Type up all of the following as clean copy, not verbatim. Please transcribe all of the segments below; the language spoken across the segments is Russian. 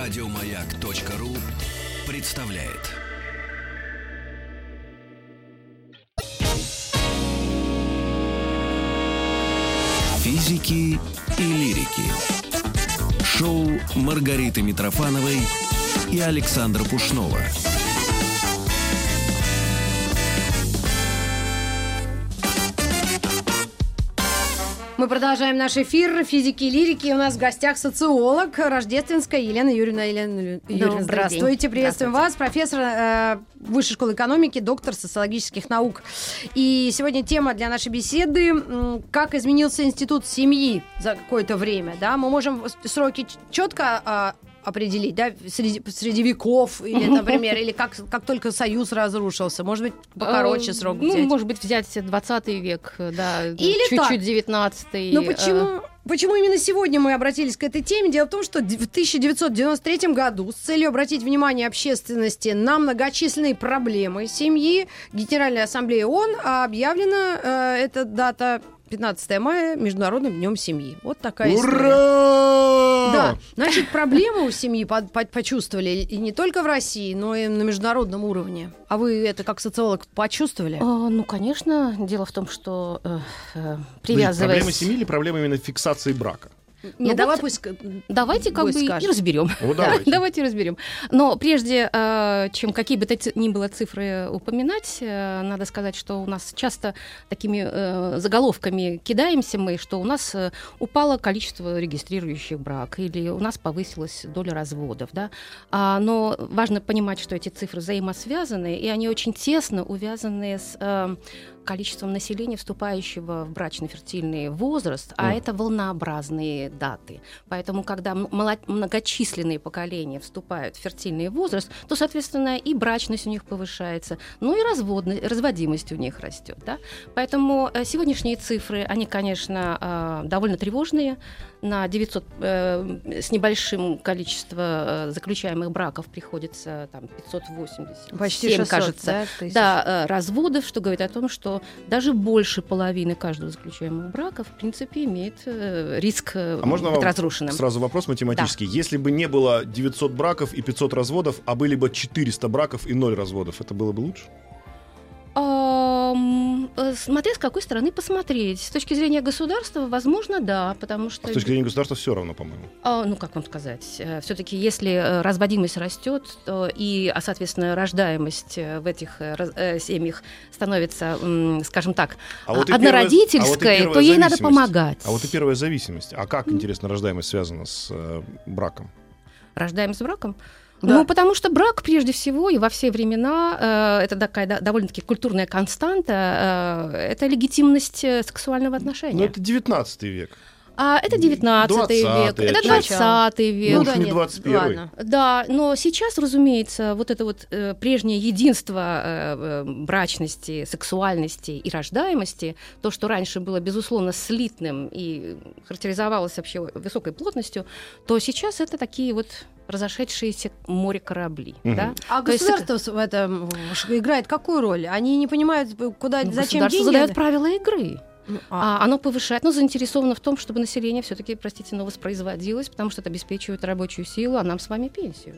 Радиомаяк.ру представляет. Физики и лирики. Шоу Маргариты Митрофановой и Александра Пушнова. Мы продолжаем наш эфир «Физики и лирики». У нас в гостях социолог Рождественская Елена Юрьевна. Елена Юрьевна, здравствуйте. Приветствуем вас. Профессор Высшей школы экономики, доктор социологических наук. И сегодня тема для нашей беседы – как изменился институт семьи за какое-то время. Да? Мы можем сроки четко определить, да, среди веков, или, например, или как только Союз разрушился. Может быть, покороче срок взять. Ну, может быть, взять 20 век, да, или чуть-чуть 19-й. Но почему именно сегодня мы обратились к этой теме? Дело в том, что в 1993 году с целью обратить внимание общественности на многочисленные проблемы семьи Генеральной Ассамблеей ООН объявлена эта дата 15 мая Международным днем семьи. Вот такая история. Ура! Да, значит, проблемы у семьи почувствовали и не только в России, но и на международном уровне. А вы это как социолог почувствовали? Ну, конечно. Дело в том, что привязываясь... Проблемы семьи или проблемы именно фиксации брака? Нет, давайте как бы и разберем. Давайте разберем. Но прежде, чем какие бы то ни было цифры упоминать, надо сказать, что у нас часто такими заголовками кидаемся мы, что у нас упало количество регистрирующих брак или у нас повысилась доля разводов. Да? Но важно понимать, что эти цифры взаимосвязаны, и они очень тесно увязаны с количеством населения, вступающего в брачно-фертильный возраст, а это волнообразные даты. Поэтому, когда многочисленные поколения вступают в фертильный возраст, то, соответственно, и брачность у них повышается, ну и разводимость у них растет. Да? Поэтому сегодняшние цифры, они, конечно, довольно тревожные. На 900 с небольшим количеством заключаемых браков приходится там 580. Почти 600, кажется, да, разводов, что говорит о том, что даже больше половины каждого заключаемого брака, в принципе, имеет риск быть разрушенным. Сразу вопрос математический. Да. Если бы не было 900 браков и 500 разводов, а были бы 400 браков и 0 разводов, это было бы лучше? Смотря с какой стороны посмотреть. С точки зрения государства, возможно, да, потому что... С точки зрения государства все равно, по-моему. Ну, как вам сказать? Все-таки, если разводимость растет, соответственно, рождаемость в этих семьях становится, скажем так, однородительской, то ей надо помогать. А вот и первая зависимость. А как, интересно, рождаемость связана с браком? Рождаемость с браком? Да. Ну, потому что брак, прежде всего, и во все времена, это такая довольно-таки культурная константа, это легитимность сексуального отношения. Ну, это 19 век. Это 19 век, это 20 век. Ну, да, не 21. Да, но сейчас, разумеется, вот это вот прежнее единство брачности, сексуальности и рождаемости, то, что раньше было, безусловно, слитным и характеризовалось вообще высокой плотностью, то сейчас это такие вот разошедшиеся море корабли. Да? А государство в этом играет какую роль? Они не понимают, зачем деньги? Государство задает правила игры. Оно повышает, но заинтересовано в том, чтобы население все-таки, воспроизводилось, потому что это обеспечивает рабочую силу, а нам с вами пенсию.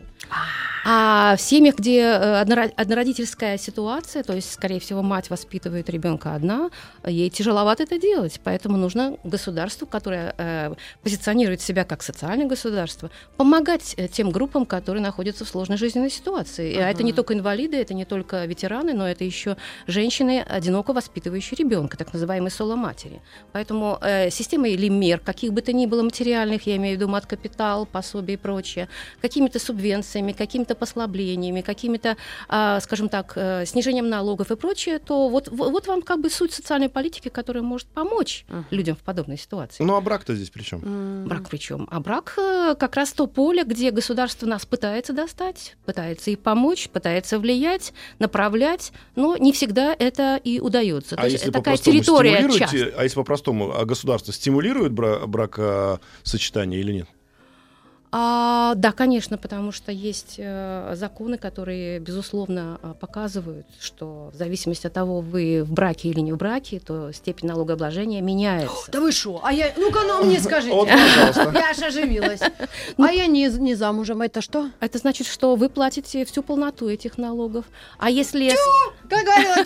А в семьях, где однородительская ситуация, то есть, скорее всего, мать воспитывает ребенка одна, ей тяжеловато это делать, поэтому нужно государству, которое позиционирует себя как социальное государство, помогать тем группам, которые находятся в сложной жизненной ситуации. А это не только инвалиды, это не только ветераны, но это еще женщины, одиноко воспитывающие ребенка, так называемые соло-матери. Поэтому система или мер, каких бы то ни было материальных, я имею в виду мат-капитал, пособие и прочее, какими-то субвенциями, какими-то послаблениями, какими-то, скажем так, снижением налогов и прочее, то вот вам как бы суть социальной политики, которая может помочь людям в подобной ситуации. Ну а брак-то здесь при чем? Брак при чем? А брак как раз то поле, где государство нас пытается достать, пытается и помочь, пытается влиять, направлять, но не всегда это и удается. То есть такая территория частная. А если по-простому, государство стимулирует бракосочетание или нет? Да, конечно, потому что есть законы, которые, безусловно, показывают, что в зависимости от того, вы в браке или не в браке, то степень налогообложения меняется. Да вы шо? Ну-ка, мне скажите. Я аж оживилась. А я не замужем. Это что? Это значит, что вы платите всю полноту этих налогов. А если... Как говорила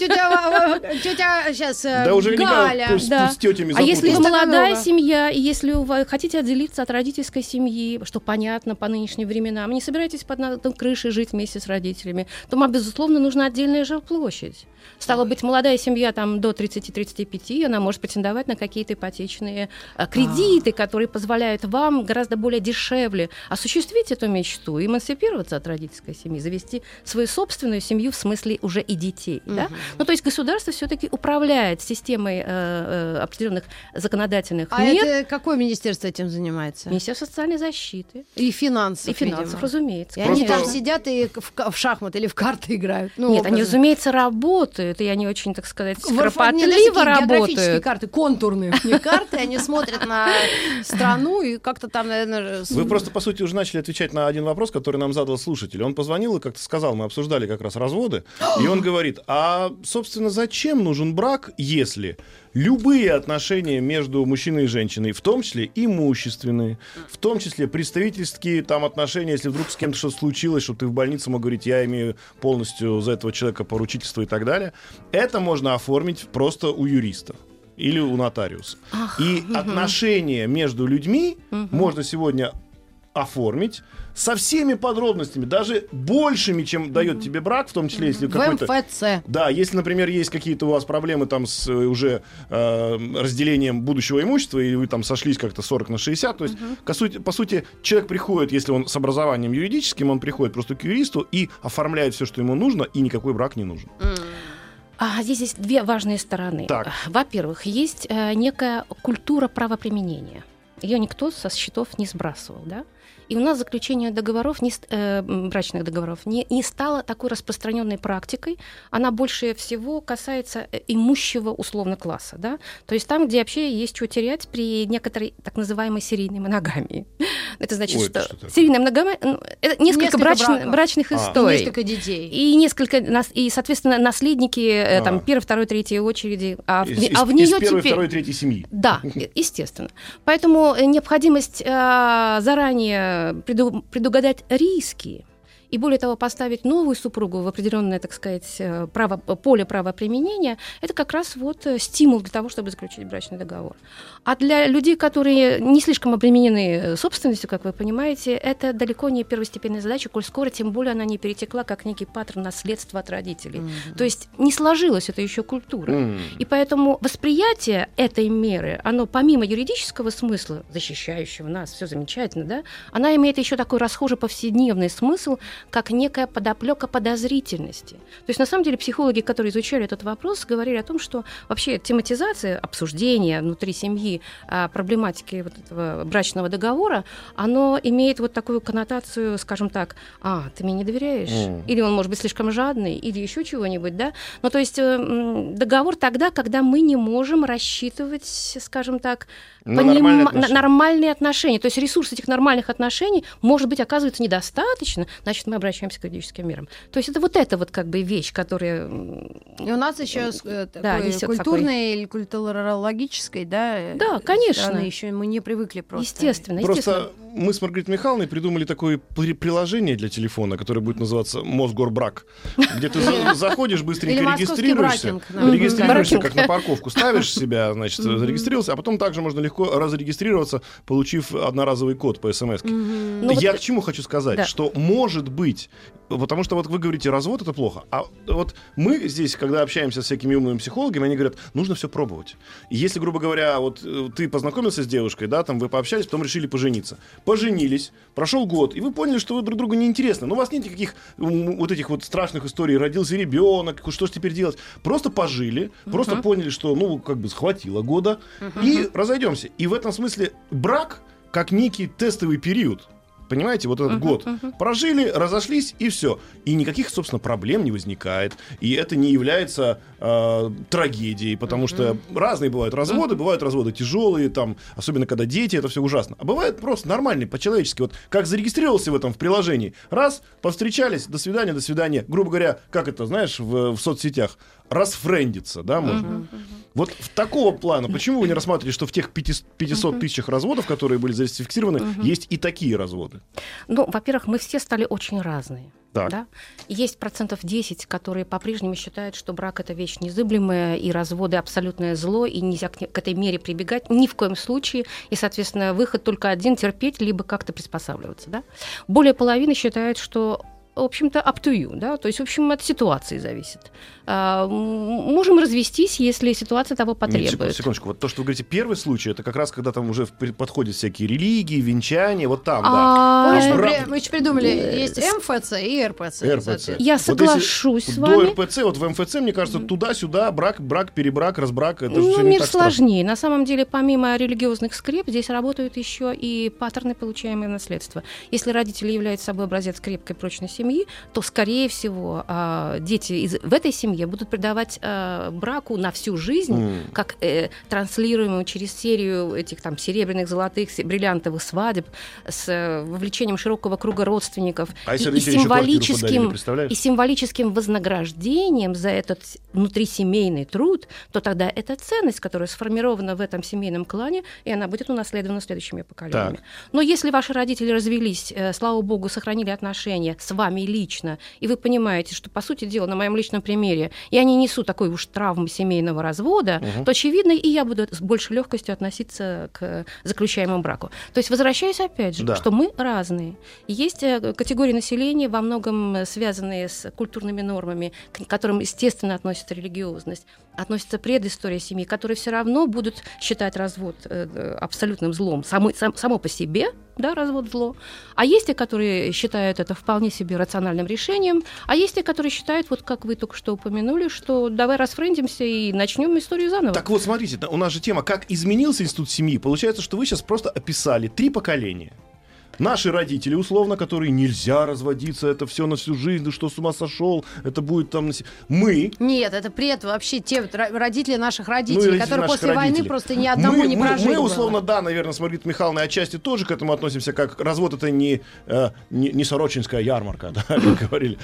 тетя сейчас Галя. Да. А если вы молодая семья, и если вы хотите отделиться от родительской семьи, что понятно по нынешним временам, не собираетесь под одной крышей жить вместе с родителями, то вам, безусловно, нужна отдельная жилплощадь. Стало быть, молодая семья там до 30-35, она может претендовать на какие-то ипотечные кредиты, которые позволяют вам гораздо более дешевле осуществить эту мечту, эмансипироваться от родительской семьи, завести свою собственную семью в смысле уже и детей. Да? Ну, то есть государство все-таки управляет системой определенных законодательных мер. А это какое министерство этим занимается? Министерство социальной защиты. И финансов, разумеется. И они там сидят и в шахматы или в карты играют. Нет, они, разумеется, работают, и они очень, так сказать, кропотливо работают. Географические карты, контурные карты, они смотрят на страну и как-то там, наверное... Вы просто, по сути, уже начали отвечать на один вопрос, который нам задал слушатель. Он позвонил и как-то сказал, мы обсуждали как раз разводы, и он говорит, а, собственно, зачем нужен брак, если... Любые отношения между мужчиной и женщиной, в том числе имущественные, в том числе представительские там отношения, если вдруг с кем-то что-то случилось, что ты в больнице мог говорить, я имею полностью за этого человека поручительство и так далее, это можно оформить просто у юриста или у нотариуса. И отношения между людьми можно сегодня оформить со всеми подробностями, даже большими, чем дает тебе брак, в том числе, если какой-то... В МФЦ. Да, если, например, есть какие-то у вас проблемы там с уже разделением будущего имущества, и вы там сошлись как-то 40/60, то есть, по сути, человек приходит, если он с образованием юридическим, он приходит просто к юристу и оформляет все, что ему нужно, и никакой брак не нужен. Здесь есть две важные стороны. Так. Во-первых, есть некая культура правоприменения. Ее никто со счетов не сбрасывал, да? И у нас заключение договоров, брачных договоров не стало такой распространенной практикой. Она больше всего касается имущего условно класса. Да? То есть там, где вообще есть что терять при некоторой так называемой серийной моногамии. Это значит, что серийная моногамия — это несколько брачных историй. Несколько детей. И, соответственно, наследники там, первой, второй, третьей очереди. Из первой, второй, третьей семьи. Да, естественно. Поэтому необходимость заранее предугадать риски и, более того, поставить новую супругу в определенное, так сказать, поле правоприменения, это как раз вот стимул для того, чтобы заключить брачный договор. А для людей, которые не слишком обременены собственностью, как вы понимаете, это далеко не первостепенная задача, коль скоро, тем более она не перетекла как некий паттерн наследства от родителей. То есть не сложилась это еще культура. И поэтому восприятие этой меры, оно помимо юридического смысла, защищающего нас, все замечательно, да, она имеет еще такой расхожий повседневный смысл, как некая подоплека подозрительности. То есть, на самом деле, психологи, которые изучали этот вопрос, говорили о том, что вообще тематизация, обсуждение внутри семьи проблематики вот этого брачного договора, оно имеет вот такую коннотацию, скажем так, ты мне не доверяешь, или он может быть слишком жадный, или еще чего-нибудь, да? Ну, то есть договор тогда, когда мы не можем рассчитывать, скажем так, нормальные отношения. То есть ресурс этих нормальных отношений, может быть, оказывается недостаточно, значит, мы обращаемся к юридическим мерам. То есть это вот как бы вещь, которая... И у нас еще культурной или культурологической, да? Да, конечно. Еще мы не привыкли просто. Естественно. Просто мы с Маргаритой Михайловной придумали такое приложение для телефона, которое будет называться «Мосгорбрак», где ты заходишь, быстренько регистрируешься, как на парковку, ставишь себя, значит, зарегистрировался, а потом также можно легко разрегистрироваться, получив одноразовый код по СМС-ке. Я к чему хочу сказать, что может быть, потому что вот вы говорите, развод — это плохо, а вот мы здесь, когда общаемся с всякими умными психологами, они говорят, нужно все пробовать. И если, грубо говоря, вот ты познакомился с девушкой, да, там вы пообщались, потом решили пожениться. Поженились, прошел год, и вы поняли, что вы друг другу неинтересны. Но у вас нет никаких вот этих вот страшных историй, родился ребенок, что же теперь делать? Просто пожили, просто поняли, что, как бы хватило года, и разойдемся. И в этом смысле брак, как некий тестовый период, понимаете, вот этот год прожили, разошлись, и все. И никаких, собственно, проблем не возникает. И это не является трагедией, потому что разные бывают разводы тяжелые, там, особенно когда дети, это все ужасно. А бывает просто нормальные, по-человечески. Вот как зарегистрировался в приложении. Раз, повстречались, до свидания. Грубо говоря, как это, знаешь, в соцсетях, расфрендиться, да, можно. Вот в такого плана, почему вы не рассматриваете, что в тех 500 тысячах разводов, которые были зафиксированы, есть и такие разводы? Ну, во-первых, мы все стали очень разные. Да? Есть 10%, которые по-прежнему считают, что брак — это вещь незыблемая, и разводы — абсолютное зло, и нельзя к этой мере прибегать ни в коем случае, и, соответственно, выход только один — терпеть, либо как-то приспосабливаться. Да? Более половины считают, что, в общем-то, up to you, да, то есть, в общем, от ситуации зависит. Можем развестись, если ситуация того потребует. Нет, секундочку. Вот то, что вы говорите, первый случай, это как раз когда там уже подходят всякие религии, венчания, вот там, да. Мы еще придумали, есть МФЦ и РПЦ. Я соглашусь с вами. До РПЦ, вот в МФЦ, мне кажется, туда-сюда, брак, перебрак, разбрак, это же все не мир так сложнее. На самом деле, помимо религиозных скреп, здесь работают еще и паттерны, получаемые в наследство. Если родители являются собой образец крепкой, прочной семьи, то, скорее всего, дети в этой семье будут придавать браку на всю жизнь, как транслируемому через серию этих там серебряных, золотых, бриллиантовых свадеб с вовлечением широкого круга родственников и символическим вознаграждением за этот внутрисемейный труд, то тогда эта ценность, которая сформирована в этом семейном клане, и она будет унаследована следующими поколениями. Так. Но если ваши родители развелись, слава богу, сохранили отношения с вами лично, и вы понимаете, что, по сути дела, на моем личном примере, и они несут такой уж травму семейного развода, то, очевидно, и я буду с большей легкостью относиться к заключаемому браку. То есть, возвращаясь опять же, что мы разные. И есть категории населения, во многом связанные с культурными нормами, к которым, естественно, относится религиозность, относится предыстория семьи, которые все равно будут считать развод абсолютным злом само по себе, да, развод зло. А есть те, которые считают это вполне себе рациональным решением, а есть те, которые считают, вот как вы только что упомянули, что давай расфрендимся и начнем историю заново. Так вот, смотрите, у нас же тема «Как изменился институт семьи». Получается, что вы сейчас просто описали 3 поколения. Наши родители, условно, которые нельзя разводиться, это все на всю жизнь, ты что, с ума сошел, это будет там... Мы... Нет, это вообще те родители наших родителей, которые после войны просто ни одному не прожили. Мы, условно, да, наверное, с Маргаритой Михайловной отчасти тоже к этому относимся, как развод — это не Сорочинская ярмарка, да, как говорили.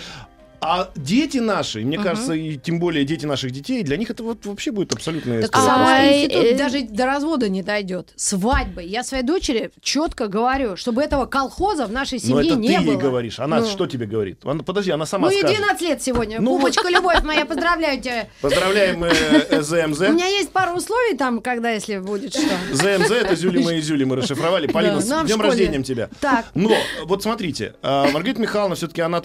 А дети наши, мне кажется, и тем более дети наших детей, для них это вот вообще будет абсолютно... институт даже до развода не дойдет. Свадьбы. Я своей дочери четко говорю, чтобы этого колхоза в нашей семье не было. Но это ты ей говоришь. Она что тебе говорит? Подожди, она сама скажет. 11 лет сегодня. Пупочка, любовь моя, поздравляю тебя. Поздравляем ЗМЗ. У меня есть пару условий там, когда, если будет что. ЗМЗ — это Зюли мы расшифровали. Полина, с днем рождения тебя. Так. Но вот смотрите, Маргарита Михайловна все-таки, она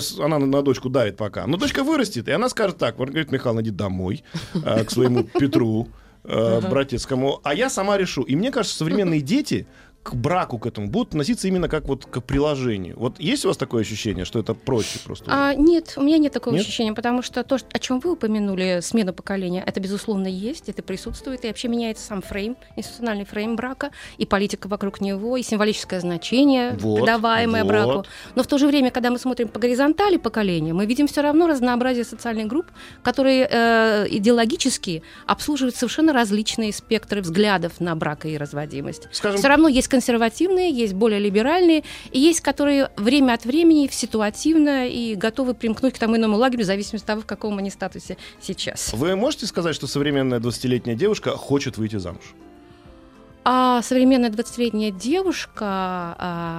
на дочку давит пока. Но дочка вырастет, и она скажет так: Маргарита Михайловна, иди домой к своему Петру братецкому, а я сама решу. И мне кажется, современные дети к браку, к этому, будут относиться именно как вот к приложению. Вот есть у вас такое ощущение, что это проще просто? Нет, у меня нет такого ощущения, потому что то, о чем вы упомянули, смена поколения, это, безусловно, есть, это присутствует, и вообще меняется сам фрейм, институциональный фрейм брака, и политика вокруг него, и символическое значение, придаваемое браку. Но в то же время, когда мы смотрим по горизонтали поколения, мы видим все равно разнообразие социальных групп, которые идеологически обслуживают совершенно различные спектры взглядов на брак и разводимость. Все равно есть консервативные, есть более либеральные, и есть, которые время от времени ситуативно и готовы примкнуть к тому иному лагерю, в зависимости от того, в каком они статусе сейчас. Вы можете сказать, что современная 20-летняя девушка хочет выйти замуж? А современная 20-летняя девушка,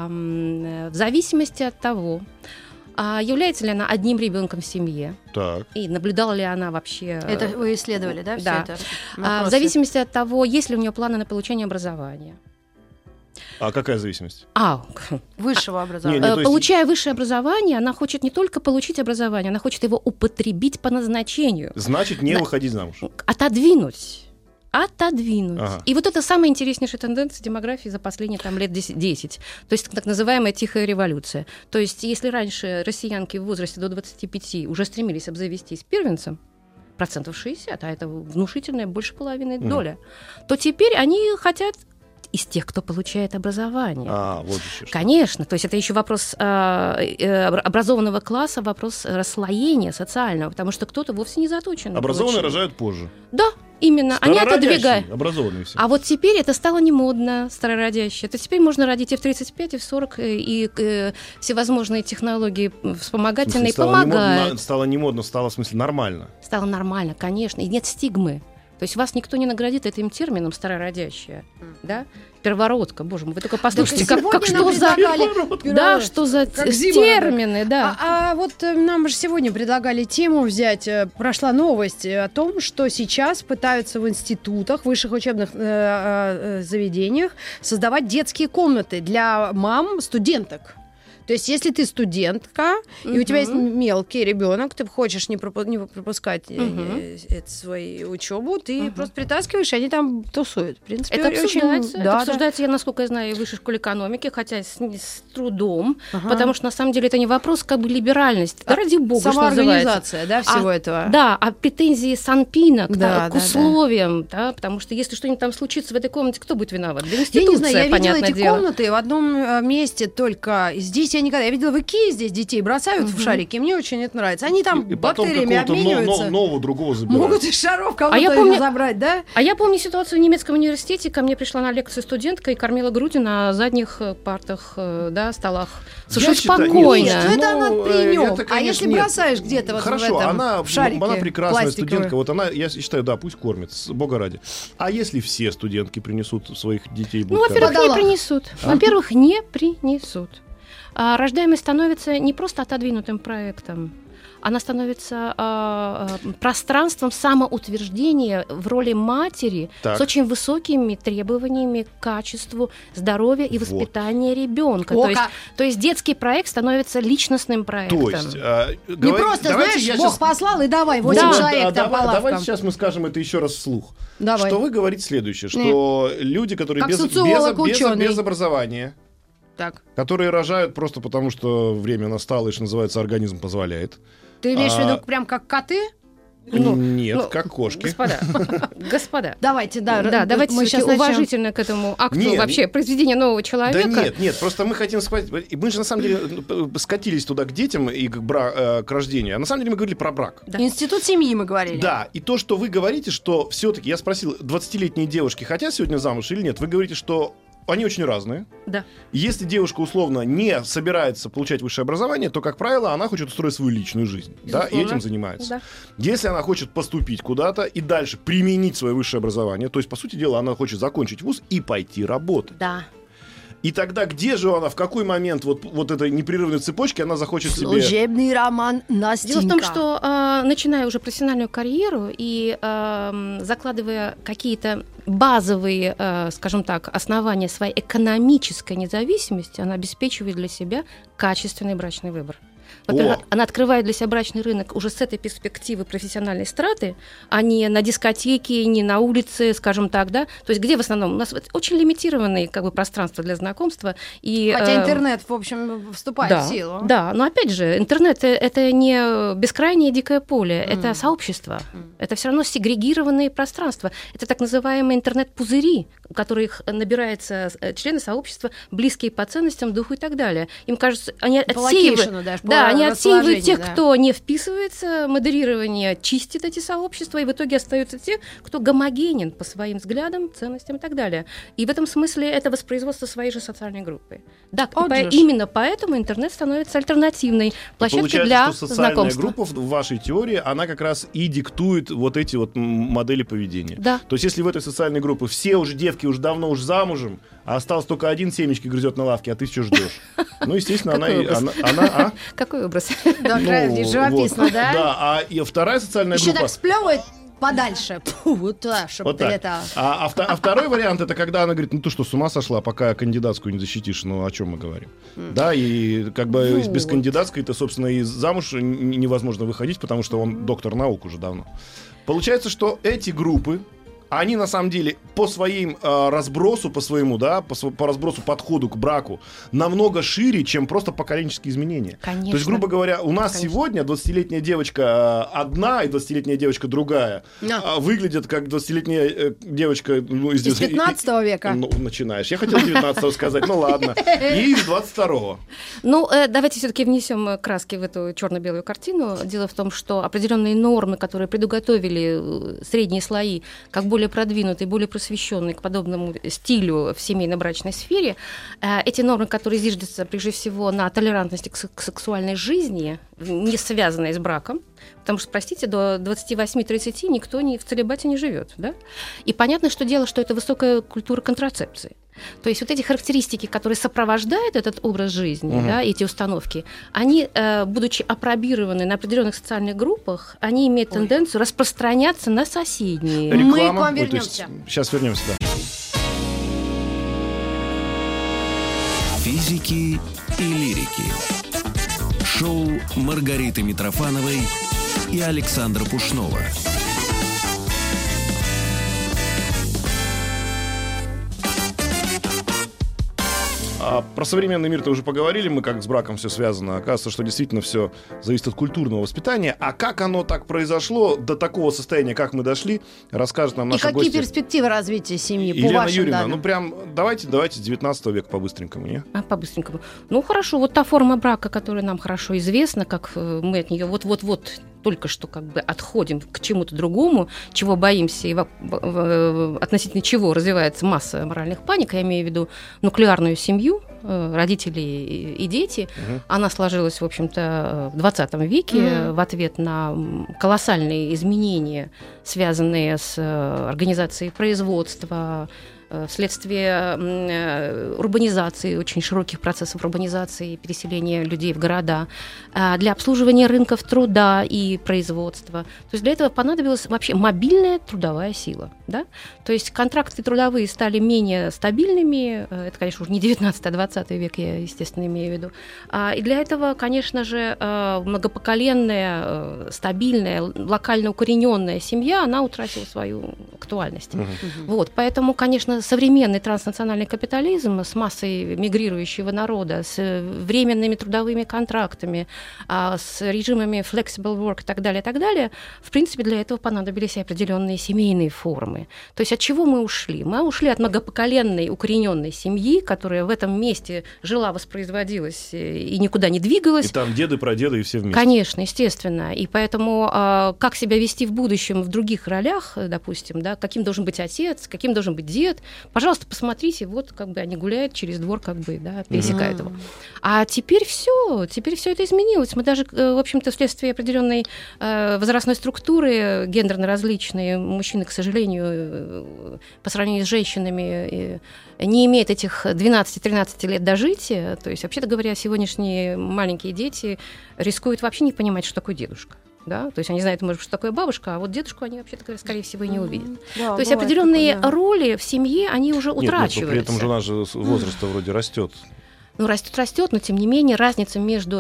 в зависимости от того, является ли она одним ребенком в семье? Так. И наблюдала ли она вообще... Это вы исследовали, да? Да. Все это? В зависимости от того, есть ли у нее планы на получение образования. А какая зависимость? Высшего образования. Получая высшее образование, она хочет не только получить образование, она хочет его употребить по назначению. Значит, не выходить замуж. Отодвинуть. Ага. И вот это самая интереснейшая тенденция демографии за последние лет 10. То есть так называемая тихая революция. То есть если раньше россиянки в возрасте до 25 уже стремились обзавестись первенцем, 60%, а это внушительная, больше половины доля, то теперь они хотят из тех, кто получает образование. Вот еще. Конечно, то есть это еще вопрос образованного класса, вопрос расслоения социального, потому что кто-то вовсе не заточен. Образованные рожают позже. Да. Именно, они отодвигают. Образованные все. А вот теперь это стало не модно, старородящее. То есть теперь можно родить и в 35, и в 40, и всевозможные технологии вспомогательные помогают. Стало не модно, стало, в смысле, нормально. Стало нормально, конечно, и нет стигмы. То есть вас никто не наградит этим термином «старородящая», да? Первородка, боже мой, вы только послушайте, как что за... Да, что за термины, да. А вот нам же сегодня предлагали тему взять, прошла новость о том, что сейчас пытаются в институтах, высших учебных заведениях создавать детские комнаты для мам, студенток. То есть, если ты студентка, и у тебя есть мелкий ребенок, ты хочешь не пропускать свою учебу, ты просто притаскиваешь, и они там тусуют. В принципе, это обсуждается. Это обсуждается, я, насколько я знаю, в высшей школе экономики, хотя с трудом, потому что, на самом деле, это не вопрос как бы либеральности. Да, ради бога, что называется. Самоорганизация, да, всего этого. Да, а претензии санпина к условиям, да, потому что если что-нибудь там случится в этой комнате, кто будет виноват? Да, институция, я не знаю, я видела эти дело. комнаты в одном месте только здесь. Я видела в Икее здесь детей бросают в шарики, мне очень это нравится. Они там бактериями обмениваются. Нового другого забирают. Могут из шаров кого-то забрать, да? А я помню ситуацию в немецком университете. Ко мне пришла на лекцию студентка и кормила грудью на задних партах, да, столах. Совершенно спокойно. Это она тренёк. А если бросаешь где-то вот в этом, в шарике она прекрасная студентка. Вот она, я считаю, да, пусть кормит, бога ради. А если все студентки принесут своих детей? Во-первых, не принесут. Во-первых, не принесут. Рождаемость становится не просто отодвинутым проектом, она становится пространством самоутверждения в роли матери с очень высокими требованиями к качеству здоровья и воспитания ребенка. То есть детский проект становится личностным проектом. То есть, не просто, знаешь, Бог послал и давай, 8 человек там по лавкам. Давайте сейчас мы скажем это еще раз вслух. Давай. Что вы говорите следующее, что люди, которые без образования, которые рожают просто потому, что время настало, и, что называется, организм позволяет. Ты имеешь в виду прям как коты? Нет, как кошки. Господа. Давайте, давайте мы сейчас уважительно к этому акту вообще произведения нового человека. Да нет, просто мы хотим сказать, мы же на самом деле скатились туда к детям и к рождению, а на самом деле мы говорили про брак. Да. Институт семьи мы говорили. Да, и то, что вы говорите, что все-таки, я спросил, 20-летние девушки хотят сегодня замуж или нет, вы говорите, что они очень разные. Да. Если девушка условно не собирается получать высшее образование, то, как правило, она хочет устроить свою личную жизнь. Да, и этим занимается. Да. Если она хочет поступить куда-то и дальше применить свое высшее образование, то есть, по сути дела, она хочет закончить вуз и пойти работать. Да. И тогда где же она, в какой момент вот этой непрерывной цепочки она захочет себе... Служебный роман Настенька. Дело в том, что начиная уже профессиональную карьеру и закладывая какие-то базовые, скажем так, основания своей экономической независимости, она обеспечивает для себя качественный брачный выбор. Во-первых, она открывает для себя брачный рынок уже с этой перспективы профессиональной страты, а не на дискотеке, не на улице, скажем так, да. То есть где в основном? У нас очень лимитированные как бы пространства для знакомства. Хотя интернет, в общем, вступает в силу. Да, но опять же, интернет — это не бескрайнее дикое поле, это сообщество. Это все равно сегрегированные пространства. Это так называемые интернет-пузыри, в которых набираются члены сообщества, близкие по ценностям, духу и так далее. Им кажется, они отсеивают... Да, они отсеивают тех, кто не вписывается, модерирование чистит эти сообщества, и в итоге остаются те, кто гомогенен по своим взглядам, ценностям и так далее. И в этом смысле это воспроизводство своей же социальной группы. Да, именно поэтому интернет становится альтернативной площадкой для что социальная группа в вашей теории, она как раз и диктует вот эти вот модели поведения. Да. То есть если в этой социальной группе все уже девки уже давно уже замужем, а осталось только один семечки грызет на лавке, а ты что ждешь? Ну, естественно, она... Какой образ? Да, живописно, да? Да, а вторая социальная группа... Еще так сплевывает подальше. Вот так, чтобы ты летал. А второй вариант — это когда она говорит, ну ты что, с ума сошла, пока кандидатскую не защитишь, ну о чем мы говорим? Да, и как бы без кандидатской-то, собственно, и замуж невозможно выходить, потому что он доктор наук уже давно. Получается, что эти группы, они на самом деле по своим разбросу, по своему, да, по разбросу подходу к браку намного шире, чем просто поколенческие изменения. Конечно. То есть, грубо говоря, у нас сегодня 20-летняя девочка одна и 20-летняя девочка другая выглядят как 20-летняя девочка из 15 века. Ну, начинаешь. Я хотел 19-го сказать, ну ладно. И из 22-го. Ну, давайте все-таки внесем краски в эту черно-белую картину. Дело в том, что определенные нормы, которые предуготовили средние слои, как более продвинутые, более просвещенные к подобному стилю в семейно-брачной сфере, эти нормы, которые зиждятся прежде всего на толерантности к сексуальной жизни, не связанной с браком, потому что, простите, до 28-30 никто в целибате не живет, да? И понятно, что дело, что это высокая культура контрацепции. То есть вот эти характеристики, которые сопровождают этот образ жизни, да, эти установки, они, будучи апробированы на определенных социальных группах, они имеют тенденцию распространяться на соседние. Реклама. Мы к вам вернемся. Сейчас вернемся, да. Физики и лирики. Шоу Маргариты Митрофановой и Александра Пушнова. Про современный мир-то уже поговорили, мы как с браком все связано. Оказывается, что действительно все зависит от культурного воспитания. А как оно так произошло, до такого состояния, как мы дошли, расскажет нам наша гостья. И какие перспективы развития семьи по Елена вашим Юрьевна, данным? ну прям давайте с 19 века по-быстренькому, не? По-быстренькому. Ну, хорошо, вот та форма брака, которая нам хорошо известна, как мы от нее вот-вот-вот только что как бы отходим к чему-то другому, чего боимся и относительно чего развивается масса моральных паник, я имею в виду нуклеарную семью, родители и дети. Она сложилась, в общем-то, в 20 веке в ответ на колоссальные изменения, связанные с организацией производства, вследствие урбанизации, очень широких процессов урбанизации, переселения людей в города, для обслуживания рынков труда и производства. То есть для этого понадобилась вообще мобильная трудовая сила. Да? То есть контракты трудовые стали менее стабильными, это, конечно, уже не 19, а 20 век, я, естественно, имею в виду. И для этого, конечно же, многопоколенная, стабильная, локально укорененная семья, она утратила свою актуальность. Вот, поэтому, конечно, современный транснациональный капитализм с массой мигрирующего народа, с временными трудовыми контрактами, с режимами flexible work и так далее, в принципе, для этого понадобились определенные семейные формы. То есть от чего мы ушли? Мы ушли от многопоколенной, укорененной семьи, которая в этом месте жила, воспроизводилась и никуда не двигалась. И там деды, прадеды и все вместе. Конечно, естественно. И поэтому как себя вести в будущем в других ролях, допустим, да, каким должен быть отец, каким должен быть дед, пожалуйста, посмотрите, вот как бы они гуляют через двор, как бы, да, пересекают его. А теперь все это изменилось. Мы даже, в общем-то, вследствие определенной возрастной структуры, гендерно различные, мужчины, к сожалению, по сравнению с женщинами, не имеют этих 12-13 лет дожития. То есть, вообще-то говоря, сегодняшние маленькие дети рискуют вообще не понимать, что такое дедушка. Да? То есть они знают, может, что такое бабушка, а вот дедушку они, вообще-то говоря, скорее всего, и не увидят. Да, то есть определенные роли в семье, они уже утрачиваются. Нет, при этом же у нас же возраст вроде растет. Ну, растет, но тем не менее разница между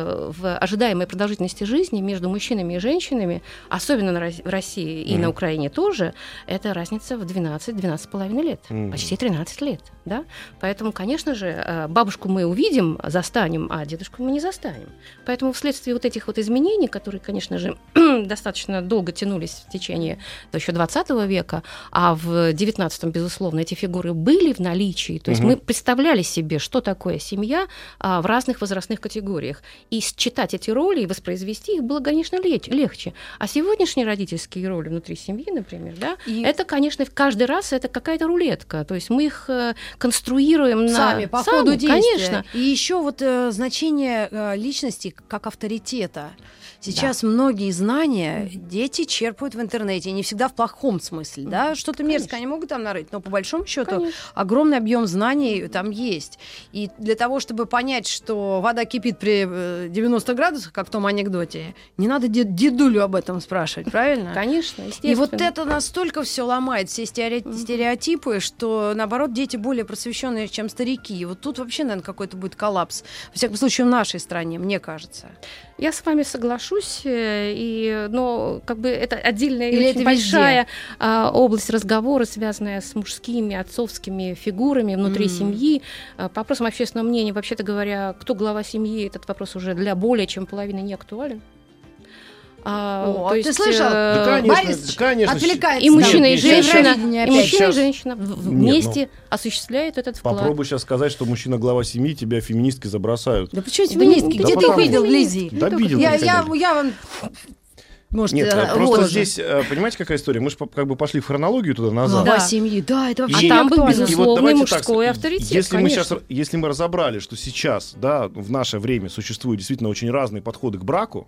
в ожидаемой продолжительности жизни между мужчинами и женщинами, особенно в России и на Украине тоже, это разница в 12-12,5 лет, почти 13 лет. Да? Поэтому, конечно же, бабушку мы увидим, застанем, а дедушку мы не застанем. Поэтому вследствие вот этих вот изменений, которые, конечно же, достаточно долго тянулись в течение еще 20 века, а в 19-м, безусловно, эти фигуры были в наличии, то есть мы представляли себе, что такое семья в разных возрастных категориях. И считать эти роли и воспроизвести их было, конечно, легче. А сегодняшние родительские роли внутри семьи, например, да, это, конечно, каждый раз это какая-то рулетка. То есть мы их конструируем сами, по ходу действия. Конечно. И еще вот значение личности как авторитета. Сейчас многие знания дети черпают в интернете, не всегда в плохом смысле, да, что-то мерзкое они могут там нарыть, но по большому счету огромный объем знаний там есть. И для того, чтобы понять, что вода кипит при 90 градусах, как в том анекдоте, не надо дедулю об этом спрашивать, правильно? Конечно, естественно. И вот это настолько все ломает, все стереотипы, что, наоборот, дети более просвещенные, чем старики. И вот тут вообще, наверное, какой-то будет коллапс. Во всяком случае, в нашей стране, мне кажется. Я с вами соглашусь. соглашусь, но как бы это отдельная и очень большая область разговора, связанная с мужскими, отцовскими фигурами внутри семьи. По вопросам общественного мнения, вообще-то говоря, кто глава семьи, этот вопрос уже для более чем половины не актуален. То есть, ты слышал? Конечно. И мужчина, и женщина, вместе осуществляют этот вклад. Попробуй сейчас сказать, что мужчина глава семьи, тебя феминистки забросают. Да почему феминистки? Где ты их видел, Лизи? Да видел. Я вам... Может, нет, просто здесь, понимаете, какая история? Мы же как бы пошли в хронологию туда назад. Глава семьи, да, это вообще там был актуально. безусловный мужской авторитет, если мы разобрали, что сейчас, да, в наше время существуют действительно очень разные подходы к браку,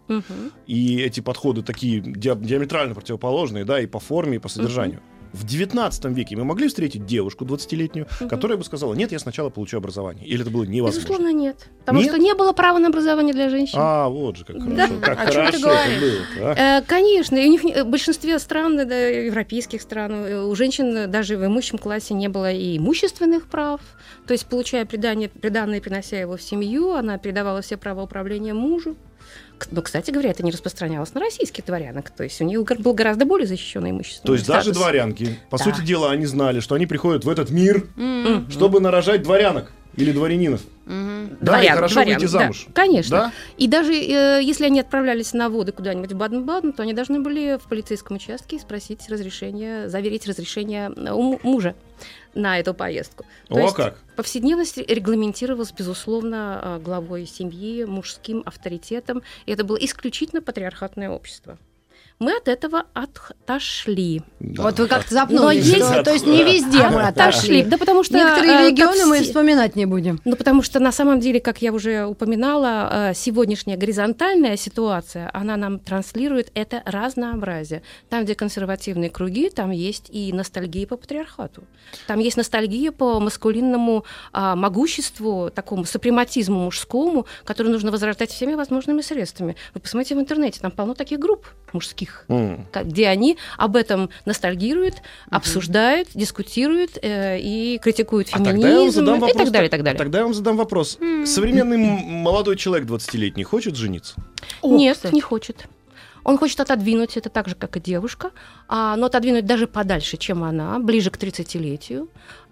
и эти подходы такие диаметрально противоположные, да, и по форме, и по содержанию. В 19 веке мы могли встретить девушку 20-летнюю, которая бы сказала: нет, я сначала получу образование. Или это было невозможно? Безусловно, нет. Потому что не было права на образование для женщин. Вот же как хорошо. Как хорошо это было. Конечно. И у них в большинстве стран, европейских стран, у женщин даже в имущем классе не было и имущественных прав. То есть, получая приданное и принося его в семью, она передавала все права управления мужу. Но, кстати говоря, это не распространялось на российских дворянок. То есть у них был гораздо более защищенный имущественный То есть статус. даже дворянки, по сути дела, они знали, что они приходят в этот мир, чтобы нарожать дворянок или дворянинов. Да, и хорошо выйти замуж. Да, конечно. Да? И даже если они отправлялись на воды куда-нибудь в Баден-Баден, то они должны были в полицейском участке спросить разрешение, заверить разрешение у мужа на эту поездку. То есть как? Повседневность регламентировалась, безусловно, главой семьи, мужским авторитетом, и это было исключительно патриархатное общество. Мы от этого отошли. Да. Вот вы как-то запнулись. То есть не везде мы отошли. Да, потому что некоторые регионы мы вспоминать не будем. Ну, потому что на самом деле, как я уже упоминала, сегодняшняя горизонтальная ситуация, она нам транслирует это разнообразие. Там, где консервативные круги, там есть и ностальгия по патриархату. Там есть ностальгия по маскулинному могуществу, такому супрематизму мужскому, который нужно возрождать всеми возможными средствами. Вы посмотрите в интернете, там полно таких групп мужских, где они об этом ностальгируют, обсуждают, дискутируют и критикуют феминизм и так далее, и так далее. Тогда я вам задам вопрос. Современный молодой человек 20-летний хочет жениться? Нет, не хочет. Он хочет отодвинуть это так же, как и девушка, но отодвинуть даже подальше, чем она, ближе к 30-летию.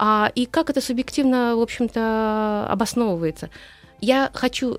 И как это субъективно, в общем-то, обосновывается? Я хочу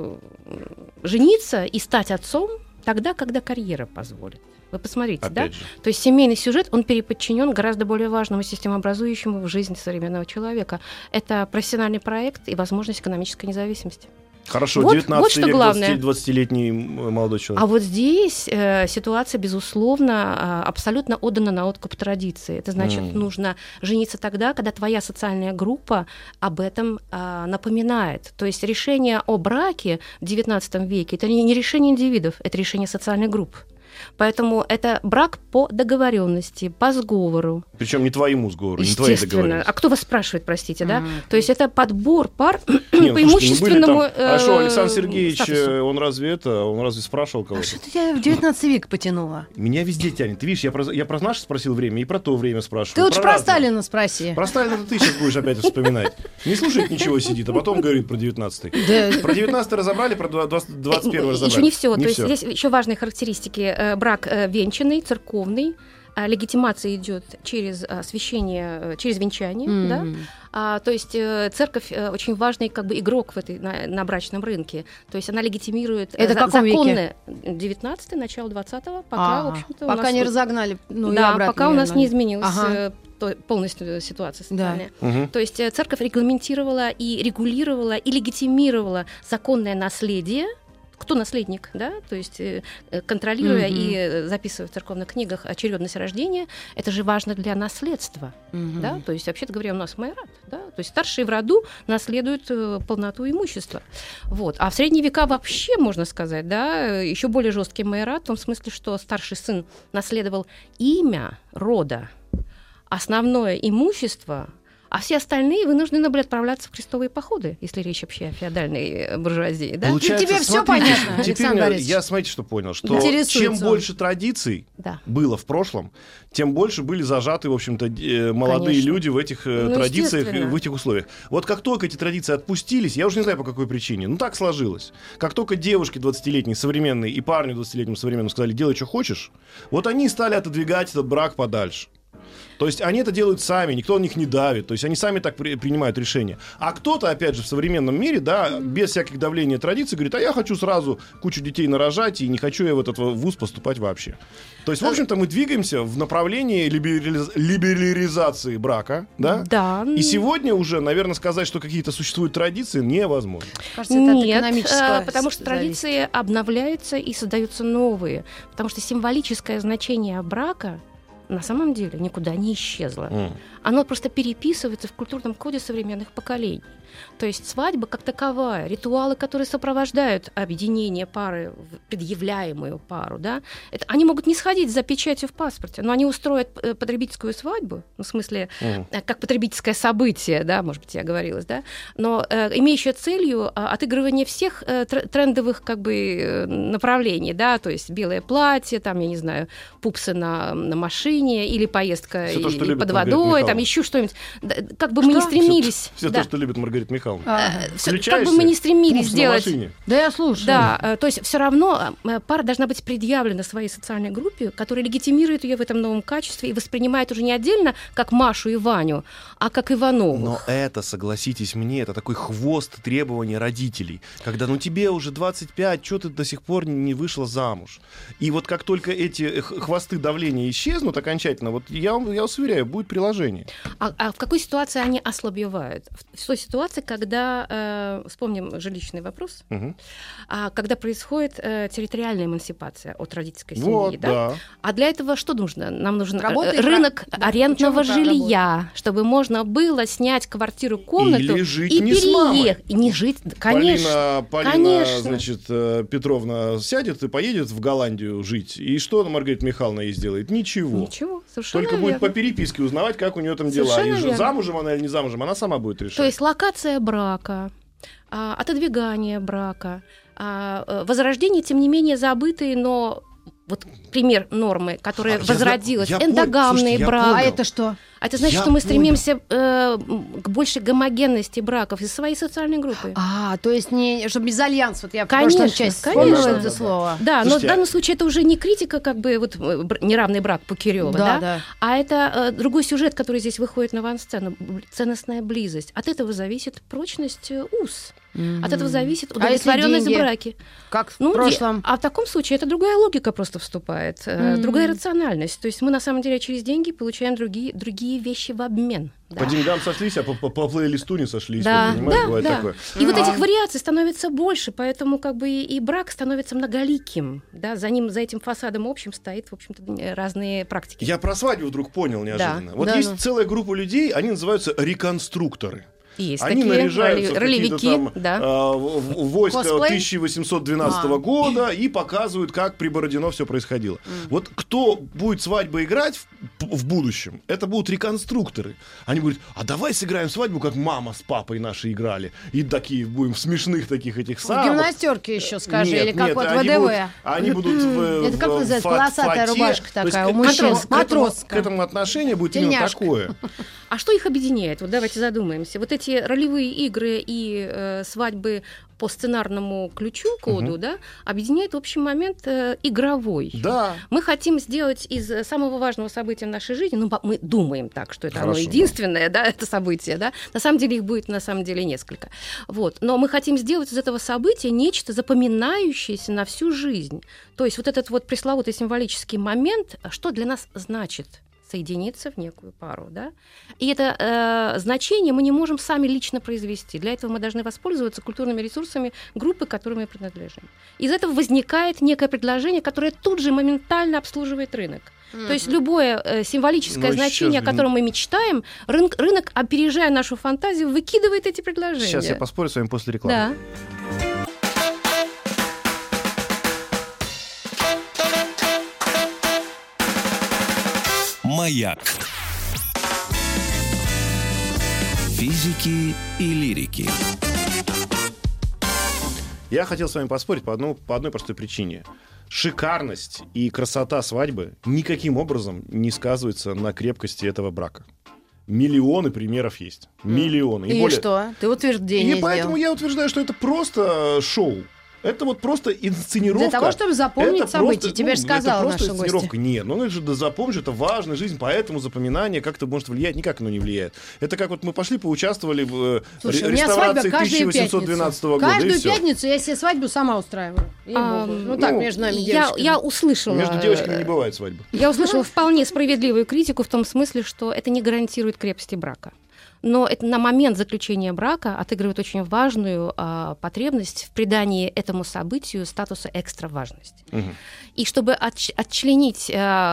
жениться и стать отцом тогда, когда карьера позволит. Вы посмотрите, опять же. То есть семейный сюжет, он переподчинен гораздо более важному системообразующему в жизни современного человека. Это профессиональный проект и возможность экономической независимости. Хорошо, вот, 19 век, 20-летний молодой человек. А вот здесь ситуация, безусловно, абсолютно отдана на откуп традиции. Это значит, нужно жениться тогда, когда твоя социальная группа об этом напоминает. То есть решение о браке в XIX веке – это не решение индивидов, это решение социальных групп. Поэтому это брак по договоренности, по сговору. Причем не твоему сговору, не твоей договоренности. А кто вас спрашивает, простите, да? То есть это подбор пар по имущественному А что, Александр Сергеевич, он разве спрашивал кого-то? А что ты в 19 век потянула? Меня везде тянет. Ты видишь, я про наше спросил время и про то время спрашиваю. Ты лучше про Сталина спроси. Про Сталина ты сейчас будешь опять вспоминать. Не слушает ничего, сидит, а потом говорит про 19-й. Про 19-й разобрали, про 21-й разобрали. Еще не все. То есть здесь еще важные характеристики. Брак венчанный, церковный, легитимация идет через освящение, через венчание, да? То есть церковь очень важный как бы игрок в этой, на брачном рынке. То есть она легитимирует законное 19-й, начало 20-го, пока, в общем-то, пока не разогнали. Пока у нас не изменилась полностью ситуация социальная. То есть церковь регламентировала и регулировала и легитимировала законное наследие. Кто наследник, да, то есть контролируя и записывая в церковных книгах очередность рождения, это же важно для наследства, да, то есть вообще-то говоря, у нас майорат, да, то есть старшие в роду наследуют полноту имущества, вот, а в средние века вообще, можно сказать, да, еще более жесткий майорат, в том смысле, что старший сын наследовал имя рода, основное имущество А все остальные вынуждены были отправляться в крестовые походы, если речь вообще о феодальной буржуазии. Да? Тебе все понятно, Александр Борисович? Я, смотрите, что понял, что чем больше традиций было в прошлом, тем больше были зажаты, в общем-то, молодые люди в этих традициях, в этих условиях. Вот как только эти традиции отпустились, я уже не знаю, по какой причине, так сложилось. Как только девушки 20-летние современные и парню 20-летнему современному сказали, делай, что хочешь, вот они стали отодвигать этот брак подальше. То есть они это делают сами, никто на них не давит. То есть они сами так принимают решения. А кто-то, опять же, в современном мире, да, без всяких давления традиций, говорит, а я хочу сразу кучу детей нарожать, и не хочу я в этот вуз поступать вообще. То есть, в общем-то, мы двигаемся в направлении либерализации брака, да? Да. И сегодня уже, наверное, сказать, что какие-то существуют традиции, невозможно. Кажется, нет, потому что традиции обновляются и создаются новые. Потому что символическое значение брака на самом деле никуда не исчезло. Оно просто переписывается в культурном коде современных поколений. То есть свадьба как таковая, ритуалы, которые сопровождают объединение пары в предъявляемую пару, да, они могут не сходить за печатью в паспорте, но они устроят потребительскую свадьбу, в смысле, как потребительское событие, да, может быть, я оговорилась, да, но имеющее целью отыгрывание всех трендовых как бы направлений, да, то есть белое платье, там, я не знаю, пупсы на машине или поездка или под водой, там еще что-нибудь. Как бы мы не стремились... Все то, что любит Маргарита Михайловна. Как бы мы не стремились сделать... Да, я слушаю. Да, то есть все равно пара должна быть предъявлена своей социальной группе, которая легитимирует ее в этом новом качестве и воспринимает уже не отдельно, как Машу и Ваню, а как Ивановых. Но это, согласитесь мне, это такой хвост требований родителей. Когда, тебе уже 25, что ты до сих пор не вышла замуж? И вот как только эти хвосты давления исчезнут окончательно, вот я вас уверяю, будет приложение. А в какой ситуации они ослабевают? В той ситуации, когда, вспомним жилищный вопрос, когда происходит территориальная эмансипация от родительской семьи. Вот, да? А для этого что нужно? Нам нужен рынок арендного жилья, чтобы можно было снять квартиру, комнату или жить и не переехать. И не жить, конечно. Полина, значит, Петровна сядет и поедет в Голландию жить. И что Маргарита Михайловна ей сделает? Ничего. Ничего, совершенно Только верно. будет по переписке узнавать, как у нее там дела. И замужем она или не замужем, она сама будет решать. То есть локация брака, отодвигание брака, возрождение, тем не менее, забытые, но вот пример нормы, которая возродилась, эндогамный брак. А это что? Это значит, что мы стремимся к большей гомогенности браков из своей социальной группы. То есть не, чтобы без альянса. Вот я в конечно, прошлой части вспомнила это слово. Да, слушайте, но в данном случае это уже не критика, как бы вот неравный брак Пукирёва, да? А это другой сюжет, который здесь выходит на авансцену. Ценностная близость. От этого зависит прочность уз. От этого зависит удовлетворенность браки. Как в прошлом. А в таком случае это другая логика просто вступает, другая рациональность. То есть мы на самом деле через деньги получаем другие вещи в обмен. По деньгам сошлись, а по плейлисту не сошлись. Да, вот, понимаешь, бывает такое. И вот этих вариаций становится больше, поэтому как бы и брак становится многоликим. Да? За этим фасадом общим стоит, в общем-то, разные практики. Я про свадьбу вдруг понял неожиданно. Вот есть целая группа людей, они называются реконструкторы. Есть они такие наряжаются в ролевики, войска 1812 года и показывают, как при Бородино все происходило. Вот кто будет свадьбу играть в будущем, это будут реконструкторы. Они говорят, а давай сыграем свадьбу, как мама с папой наши играли. И такие будем в смешных таких этих самых. В гимнастерке еще скажи, или как вот ВДВ. Они будут это как называется, полосатая рубашка такая у мужчин. К этому отношение будет именно такое. А что их объединяет? Вот давайте задумаемся. Вот эти ролевые игры и свадьбы по сценарному ключу, коду, да, объединяет в общем момент игровой. Да. Мы хотим сделать из самого важного события в нашей жизни, мы думаем так, что это оно единственное, да, это событие, да. На самом деле их будет несколько. Вот. Но мы хотим сделать из этого события нечто запоминающееся на всю жизнь. То есть вот этот вот пресловутый символический момент, что для нас значит соединиться в некую пару, да? И это значение мы не можем сами лично произвести. Для этого мы должны воспользоваться культурными ресурсами группы, к которой мы принадлежим. Из этого возникает некое предложение, которое тут же моментально обслуживает рынок. То есть любое символическое значение, о котором мы мечтаем, рынок, опережая нашу фантазию, выкидывает эти предложения. Сейчас я поспорю с вами после рекламы. Да. Маяк. Физики и лирики. Я хотел с вами поспорить по одной простой причине. Шикарность и красота свадьбы никаким образом не сказывается на крепкости этого брака. Миллионы примеров есть. Миллионы. И что? Ты утверждение И поэтому я утверждаю, что это просто шоу. Это вот просто инсценировка. Для того, чтобы запомнить события. Тебе же сказала наша гостья. Это просто инсценировка. Нет, это же запомнишь, это важная жизнь, поэтому запоминание как-то может влиять. Никак оно не влияет. Это как вот мы пошли, поучаствовали в реставрации 1812 года. Каждую пятницу я себе свадьбу сама устраиваю. Между нами девочками. Я услышала... Между девочками не бывает свадьбы. Я услышала вполне справедливую критику в том смысле, что это не гарантирует крепости брака. Но это на момент заключения брака отыгрывает очень важную потребность в придании этому событию статуса экстраважности. И чтобы отчленить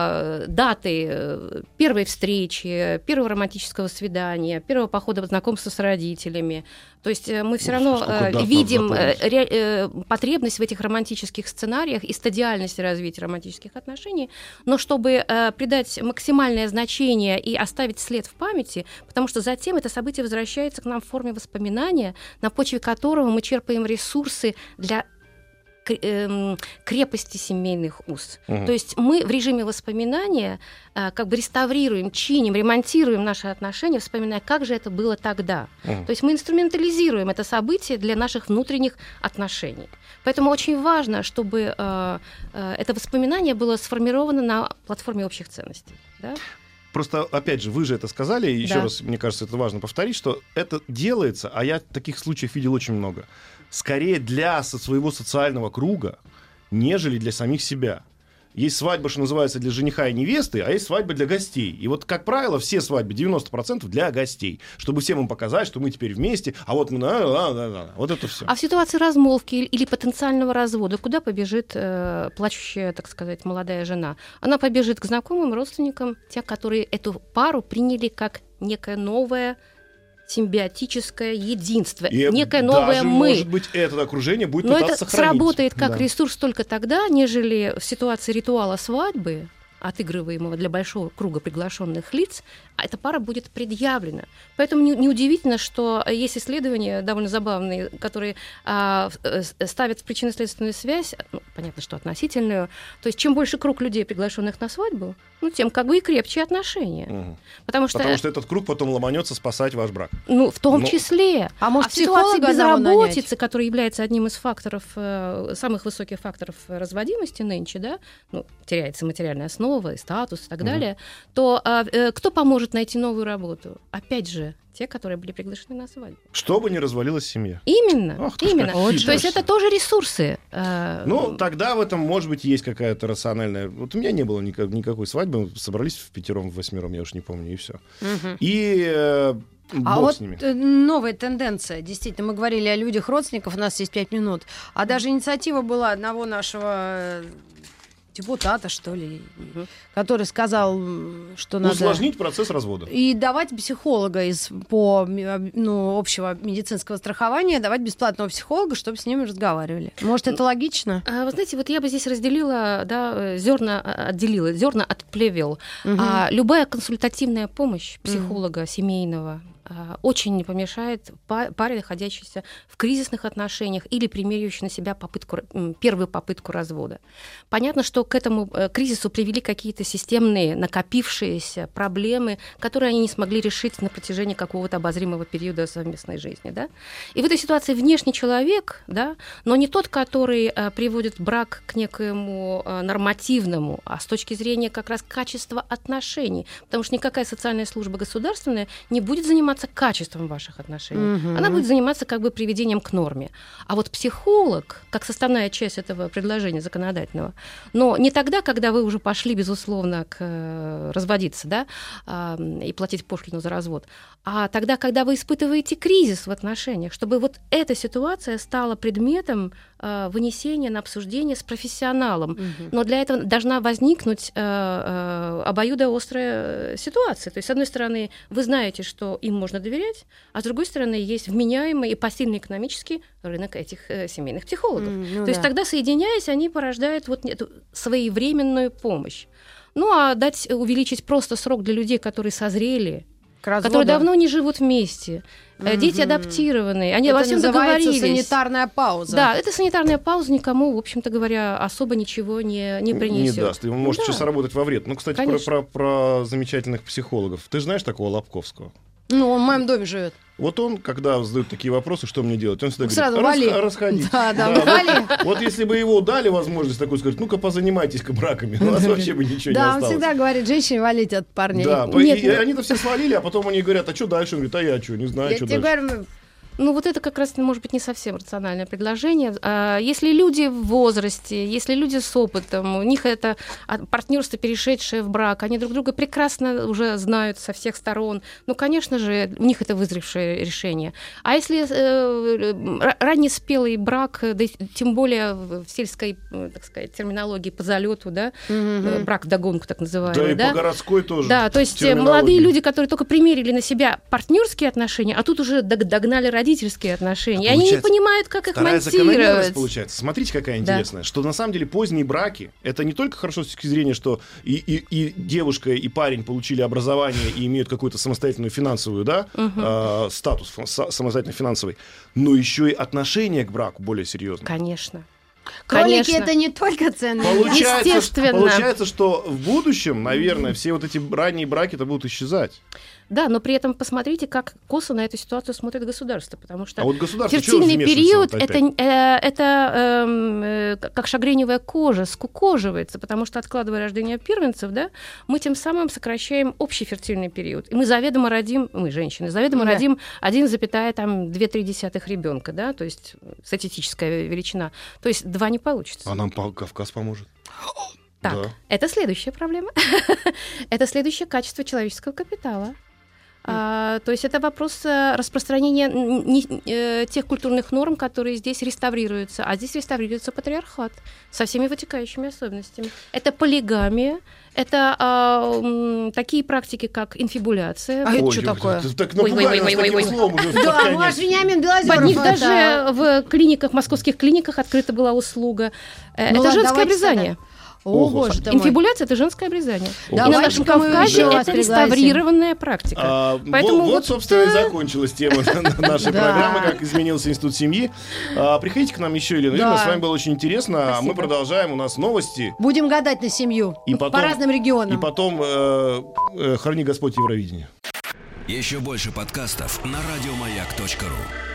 даты первой встречи, первого романтического свидания, первого похода в знакомство с родителями, то есть мы все равно видим потребность в этих романтических сценариях и стадиальность развития романтических отношений, но чтобы придать максимальное значение и оставить след в памяти, потому что затем это событие возвращается к нам в форме воспоминания, на почве которого мы черпаем ресурсы для крепости семейных уз. То есть мы в режиме воспоминания как бы реставрируем, чиним, ремонтируем наши отношения, вспоминая, как же это было тогда. То есть мы инструментализируем это событие для наших внутренних отношений. Поэтому очень важно, чтобы это воспоминание было сформировано на платформе общих ценностей. Да? Просто, опять же, вы же это сказали, и еще раз, мне кажется, это важно повторить, что это делается, а я таких случаев видел очень много, скорее для своего социального круга, нежели для самих себя. Есть свадьба, что называется, для жениха и невесты, а есть свадьба для гостей. И вот, как правило, все свадьбы 90% для гостей, чтобы всем им показать, что мы теперь вместе, а вот мы... Вот это все. А в ситуации размолвки или потенциального развода куда побежит плачущая, так сказать, молодая жена? Она побежит к знакомым, родственникам, те, которые эту пару приняли как некое новое симбиотическое единство, и некое новое даже, «мы». Может быть, это окружение будет пытаться сохранить. Но это сработает как ресурс только тогда, нежели в ситуации ритуала свадьбы, отыгрываемого для большого круга приглашенных лиц, эта пара будет предъявлена. Поэтому неудивительно, что есть исследования довольно забавные, которые ставят причинно-следственную связь, понятно, что относительную. То есть чем больше круг людей, приглашенных на свадьбу, тем как бы и крепче отношения. Потому что этот круг потом ломанется спасать ваш брак. В том числе. А может, в ситуации безработицы, которая является одним из факторов, самых высоких факторов разводимости нынче, да, теряется материальная основа, и статус и так далее, то кто поможет найти новую работу? Опять же, те, которые были приглашены на свадьбу. Чтобы не развалилась семья. Именно. То есть это тоже ресурсы. Тогда в этом, может быть, есть какая-то рациональная... Вот у меня не было никакой свадьбы, мы собрались впятером, восьмером, я уж не помню, и все. И... вот новая тенденция. Действительно, мы говорили о людях, родственников, у нас есть 5 минут. А даже инициатива была одного нашего... депутата, что ли, который сказал, что надо... усложнить процесс развода. И давать психолога по общего медицинского страхования, давать бесплатного психолога, чтобы с ними разговаривали. Может, это логично? Вы знаете, вот я бы здесь разделила, зерна от плевел. Любая консультативная помощь психолога семейного очень не помешает паре, находящейся в кризисных отношениях или примеряющей на себя первую попытку развода. Понятно, что к этому кризису привели какие-то системные накопившиеся проблемы, которые они не смогли решить на протяжении какого-то обозримого периода совместной жизни. Да? И в этой ситуации внешний человек, но не тот, который приводит брак к некоему нормативному, а с точки зрения как раз качества отношений. Потому что никакая социальная служба государственная не будет заниматься качеством ваших отношений. Она будет заниматься как бы приведением к норме. А вот психолог, как составная часть этого предложения законодательного, но не тогда, когда вы уже пошли, безусловно, разводиться, и платить пошлину за развод, а тогда, когда вы испытываете кризис в отношениях, чтобы вот эта ситуация стала предметом вынесения на обсуждение с профессионалом. Но для этого должна возникнуть обоюдоострая ситуация. То есть, с одной стороны, вы знаете, что им можно доверять, а с другой стороны, есть вменяемый и посильный экономический рынок этих семейных психологов. То есть тогда, соединяясь, они порождают вот эту своевременную помощь. А увеличить просто срок для людей, которые созрели которые давно не живут вместе. Дети адаптированные, они обо всем договорились. Это санитарная пауза. Да, это санитарная пауза никому, в общем-то говоря, особо ничего не принесет. Не даст, и он может сейчас работать во вред. Ну, кстати, про замечательных психологов. Ты же знаешь такого Лобковского? Ну, он в моем доме живет. Вот он, когда задают такие вопросы, что мне делать, он всегда сразу говорит, расходитесь. Вали. Вот если бы его дали возможность такой сказать, ну-ка позанимайтесь-ка браками, у нас вообще бы ничего не осталось. Да, он всегда говорит, женщине валить от парней. Да, и они-то все свалили, а потом они говорят, а что дальше? Он говорит, а я что, не знаю, что дальше. Ну, вот это как раз, может быть, не совсем рациональное предложение. Если люди в возрасте, если люди с опытом, у них это партнерство, перешедшее в брак, они друг друга прекрасно уже знают со всех сторон, ну, конечно же, у них это вызревшее решение. А если раннеспелый брак, да, тем более в сельской, так сказать, терминологии по залету, да, брак вдогонку так называемый, да, и по городской тоже. Да, то есть молодые люди, которые только примерили на себя партнерские отношения, а тут уже догнали родительские отношения. Они не понимают, как их монтировать. Получается. Смотрите, какая интересная, что на самом деле поздние браки, это не только хорошо с точки зрения, что и девушка, и парень получили образование и имеют какую-то самостоятельную финансовую, да, статус самостоятельно финансовый, но еще и отношение к браку более серьезное. Конечно. Кролики — это не только ценные. Получается, что в будущем, наверное, все вот эти ранние браки-то будут исчезать. Да, но при этом посмотрите, как косо на эту ситуацию смотрит государство, потому что вот фертильный период это как шагреневая кожа, скукоживается, потому что, откладывая рождение первенцев, да, мы тем самым сокращаем общий фертильный период. И мы заведомо родим, мы, женщины, родим 1,2-3 ребенка, да, то есть статистическая величина. То есть 2 не получится. А нам Кавказ поможет. Так, это следующая проблема. Это следующее качество человеческого капитала. То есть это вопрос распространения тех культурных норм, которые здесь реставрируются. А здесь реставрируется патриархат со всеми вытекающими особенностями. Это полигамия, это такие практики, как инфибуляция. А это что такое? Так напугали нас таким словом уже. Да, Маш Вениамин Белозеров. Под них даже в клиниках, московских клиниках открыта была услуга. Это женское обрезание. О, боже ты мой. Инфибуляция — это женское обрезание. И на нашем Кавказе это реставрированная практика. Поэтому вот, собственно, и закончилась тема нашей программы «Как изменился институт семьи». Приходите к нам еще, Елена Юрьевна, с вами было очень интересно. Мы продолжаем, у нас новости. Будем гадать на семью по разным регионам. И потом храни Господь Евровидение. Еще больше подкастов на радиомаяк.ру.